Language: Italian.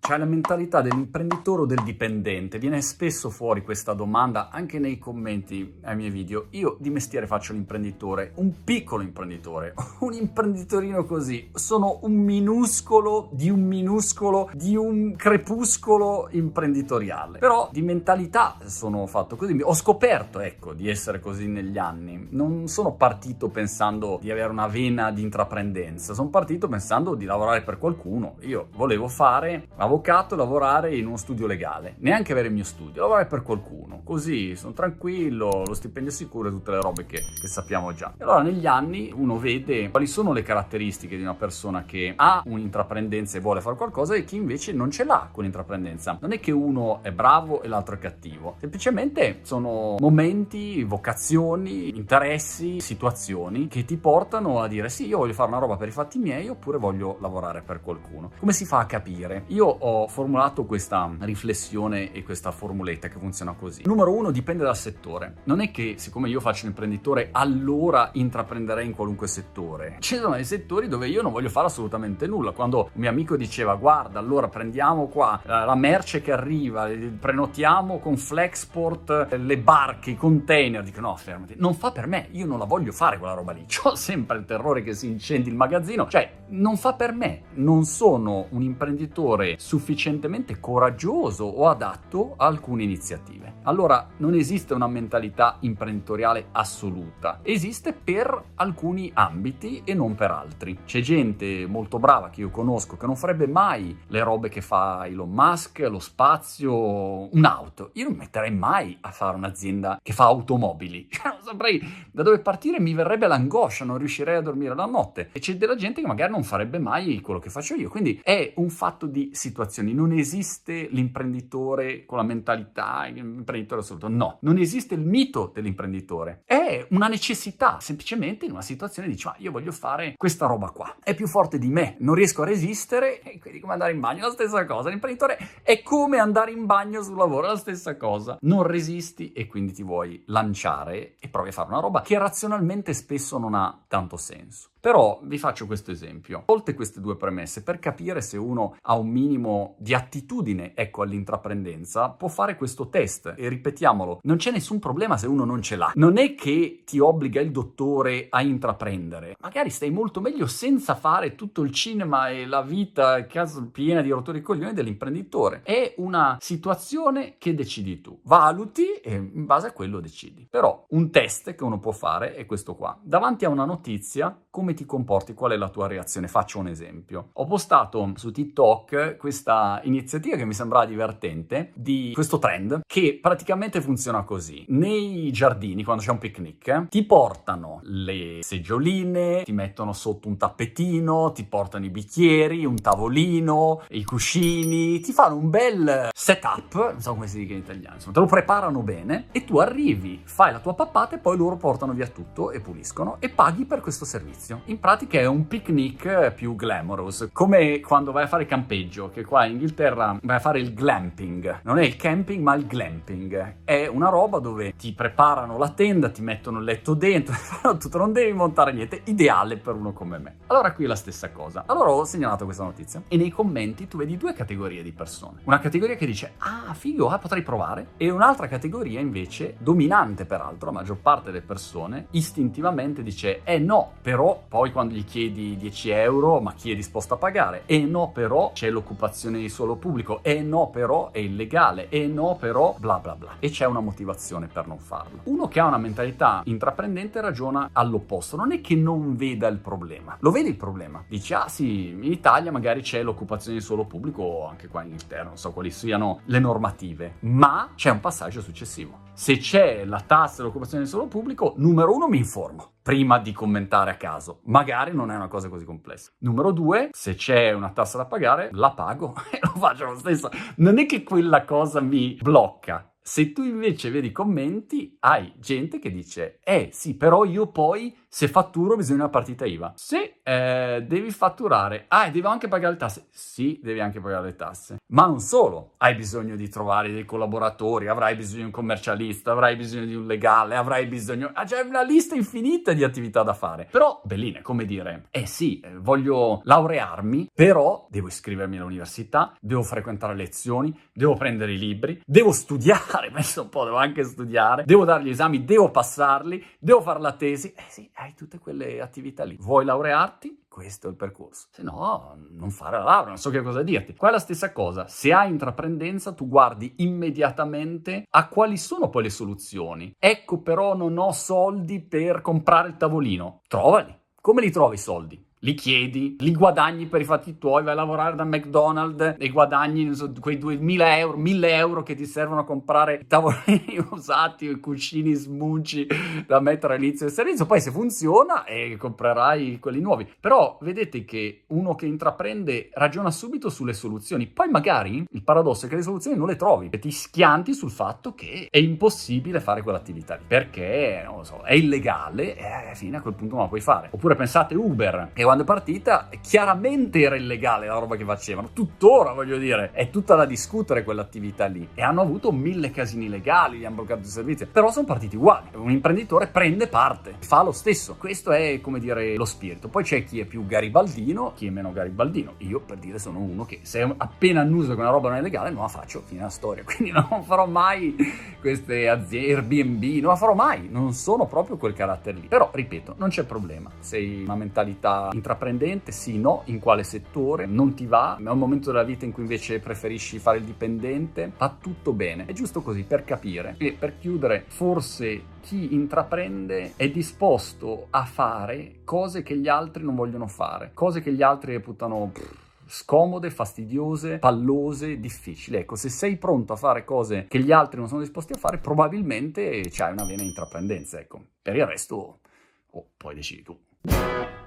C'è la mentalità dell'imprenditore o del dipendente. Viene spesso fuori questa domanda anche nei commenti ai miei video. Io di mestiere faccio l'imprenditore, un piccolo imprenditore, un imprenditorino così. Sono un minuscolo di un crepuscolo imprenditoriale. Però di mentalità sono fatto così. Ho scoperto, ecco, di essere così negli anni. Non sono partito pensando di avere una vena di intraprendenza. Sono partito pensando di lavorare per qualcuno. Io volevo fare avvocato, lavorare in uno studio legale, neanche avere il mio studio, lavorare per qualcuno, così sono tranquillo, lo stipendio sicuro e tutte le robe che sappiamo già. E allora negli anni uno vede quali sono le caratteristiche di una persona che ha un'intraprendenza e vuole fare qualcosa e chi invece non ce l'ha quell'intraprendenza. Non è che uno è bravo e l'altro è cattivo, semplicemente sono momenti, vocazioni, interessi, situazioni che ti portano a dire sì, io voglio fare una roba per i fatti miei oppure voglio lavorare per qualcuno. Come si fa a capire? Io ho formulato questa riflessione e questa formuletta che funziona così. Numero 1, dipende dal settore. Non è che siccome io faccio l'imprenditore allora intraprenderei in qualunque settore. Ci sono dei settori dove io non voglio fare assolutamente nulla. Quando un mio amico diceva guarda, allora prendiamo qua la merce che arriva, prenotiamo con Flexport le barche, i container, dico no, fermati, non fa per me, io non la voglio fare quella roba lì. C'ho sempre il terrore che si incendi il magazzino, cioè non fa per me, non sono un imprenditore sufficientemente coraggioso o adatto a alcune iniziative. Allora non esiste una mentalità imprenditoriale assoluta, esiste per alcuni ambiti e non per altri. C'è gente molto brava che io conosco che non farebbe mai le robe che fa Elon Musk, lo spazio, un'auto. Io non metterei mai a fare un'azienda che fa automobili, non saprei da dove partire, mi verrebbe l'angoscia, non riuscirei a dormire la notte. E c'è della gente che magari non farebbe mai quello che faccio io, quindi è un fatto di situazioni. Non esiste l'imprenditore con la mentalità imprenditore assoluto, no, non esiste il mito dell'imprenditore, è una necessità. Semplicemente in una situazione dici ma io voglio fare questa roba qua, è più forte di me, non riesco a resistere, e quindi come andare in bagno, la stessa cosa. L'imprenditore è come andare in bagno sul lavoro, la stessa cosa, non resisti e quindi ti vuoi lanciare e provi a fare una roba che razionalmente spesso non ha tanto senso. Però vi faccio questo esempio. Oltre queste due premesse, per capire se uno ha un minimo di attitudine, ecco, all'intraprendenza, può fare questo test. E ripetiamolo, non c'è nessun problema se uno non ce l'ha. Non è che ti obbliga il dottore a intraprendere. Magari stai molto meglio senza fare tutto il cinema e la vita piena di rotture di coglioni dell'imprenditore. È una situazione che decidi tu. Valuti e in base a quello decidi. Però un test che uno può fare è questo qua. Davanti a una notizia, come ti comporti? Qual è la tua reazione? Faccio un esempio. Ho postato su TikTok questa iniziativa che mi sembrava divertente, di questo trend che praticamente funziona così. Nei giardini, quando c'è un picnic, ti portano le seggioline, ti mettono sotto un tappetino, ti portano i bicchieri, un tavolino, i cuscini, ti fanno un bel setup, non so come si dice in italiano, insomma, te lo preparano bene e tu arrivi, fai la tua pappata e poi loro portano via tutto e puliscono e paghi per questo servizio. In pratica è un picnic più glamorous, come quando vai a fare campeggio, che qua in Inghilterra vai a fare il glamping. Non è il camping ma il glamping. È una roba dove ti preparano la tenda, ti mettono il letto dentro, tutto, non devi montare niente, ideale per uno come me. Allora qui è la stessa cosa. Allora ho segnalato questa notizia e nei commenti tu vedi due categorie di persone. Una categoria che dice ah figo, potrei provare, e un'altra categoria invece dominante, peraltro la maggior parte delle persone istintivamente dice no, però poi quando gli chiedi 10 euro, ma chi è disposto a pagare? No, però c'è l'occupazione di suolo pubblico, no, però è illegale, no, però bla bla bla. E c'è una motivazione per non farlo. Uno che ha una mentalità intraprendente ragiona all'opposto, non è che non veda il problema, lo vede il problema. Dice ah sì, in Italia magari c'è l'occupazione di suolo pubblico, anche qua in Inghilterra, non so quali siano le normative, ma c'è un passaggio successivo. Se c'è la tassa dell'occupazione di suolo pubblico, numero 1 mi informo prima di commentare a caso. Magari non è una cosa così complessa. Numero 2, se c'è una tassa da pagare, la pago e lo faccio lo stesso. Non è che quella cosa mi blocca. Se tu invece vedi commenti, hai gente che dice sì, però io poi Se fatturo bisogna una partita IVA. Sì, devi fatturare. Ah, e devo anche pagare le tasse. Sì, devi anche pagare le tasse. Ma non solo. Hai bisogno di trovare dei collaboratori, avrai bisogno di un commercialista, avrai bisogno di un legale, avrai bisogno... c'è una lista infinita di attività da fare. Però, belline, come dire, sì, voglio laurearmi, però devo iscrivermi all'università, devo frequentare lezioni, devo prendere i libri, devo studiare, penso un po', devo anche studiare, devo dare gli esami, devo passarli, devo fare la tesi. Sì, hai tutte quelle attività lì. Vuoi laurearti? Questo è il percorso. Se no, non fare la laurea, non so che cosa dirti. Qua è la stessa cosa. Se hai intraprendenza, tu guardi immediatamente a quali sono poi le soluzioni. Ecco, però non ho soldi per comprare il tavolino. Trovali. Come li trovi i soldi? Li chiedi, li guadagni per i fatti tuoi, vai a lavorare da McDonald's e guadagni, non so, quei 2000 euro, 1000 euro che ti servono a comprare i tavolini usati, i cuscini smunci da mettere all'inizio del servizio. Poi se funziona comprerai quelli nuovi. Però vedete che uno che intraprende ragiona subito sulle soluzioni. Poi magari il paradosso è che le soluzioni non le trovi e ti schianti sul fatto che è impossibile fare quell'attività lì perché, non lo so, è illegale e alla fine a quel punto non la puoi fare. Oppure pensate Uber, che quando è partita chiaramente era illegale la roba che facevano, tuttora voglio dire, è tutta da discutere quell'attività lì e hanno avuto 1000 casini legali, gli hanno bloccato il servizio, però sono partiti uguali. Un imprenditore prende parte, fa lo stesso, questo è come dire lo spirito. Poi c'è chi è più garibaldino, chi è meno garibaldino. Io per dire sono uno che se appena annuso che una roba non è legale non la faccio, fine la storia, quindi non farò mai queste aziende Airbnb, non la farò mai, non sono proprio quel carattere lì. Però ripeto, non c'è problema, sei una mentalità intraprendente, sì, no, in quale settore, non ti va, è un momento della vita in cui invece preferisci fare il dipendente, va tutto bene, è giusto così per capire. E per chiudere, forse chi intraprende è disposto a fare cose che gli altri non vogliono fare, cose che gli altri reputano scomode, fastidiose, pallose, difficili. Ecco, se sei pronto a fare cose che gli altri non sono disposti a fare, probabilmente c'hai una vena intraprendenza, ecco. Per il resto, poi decidi tu.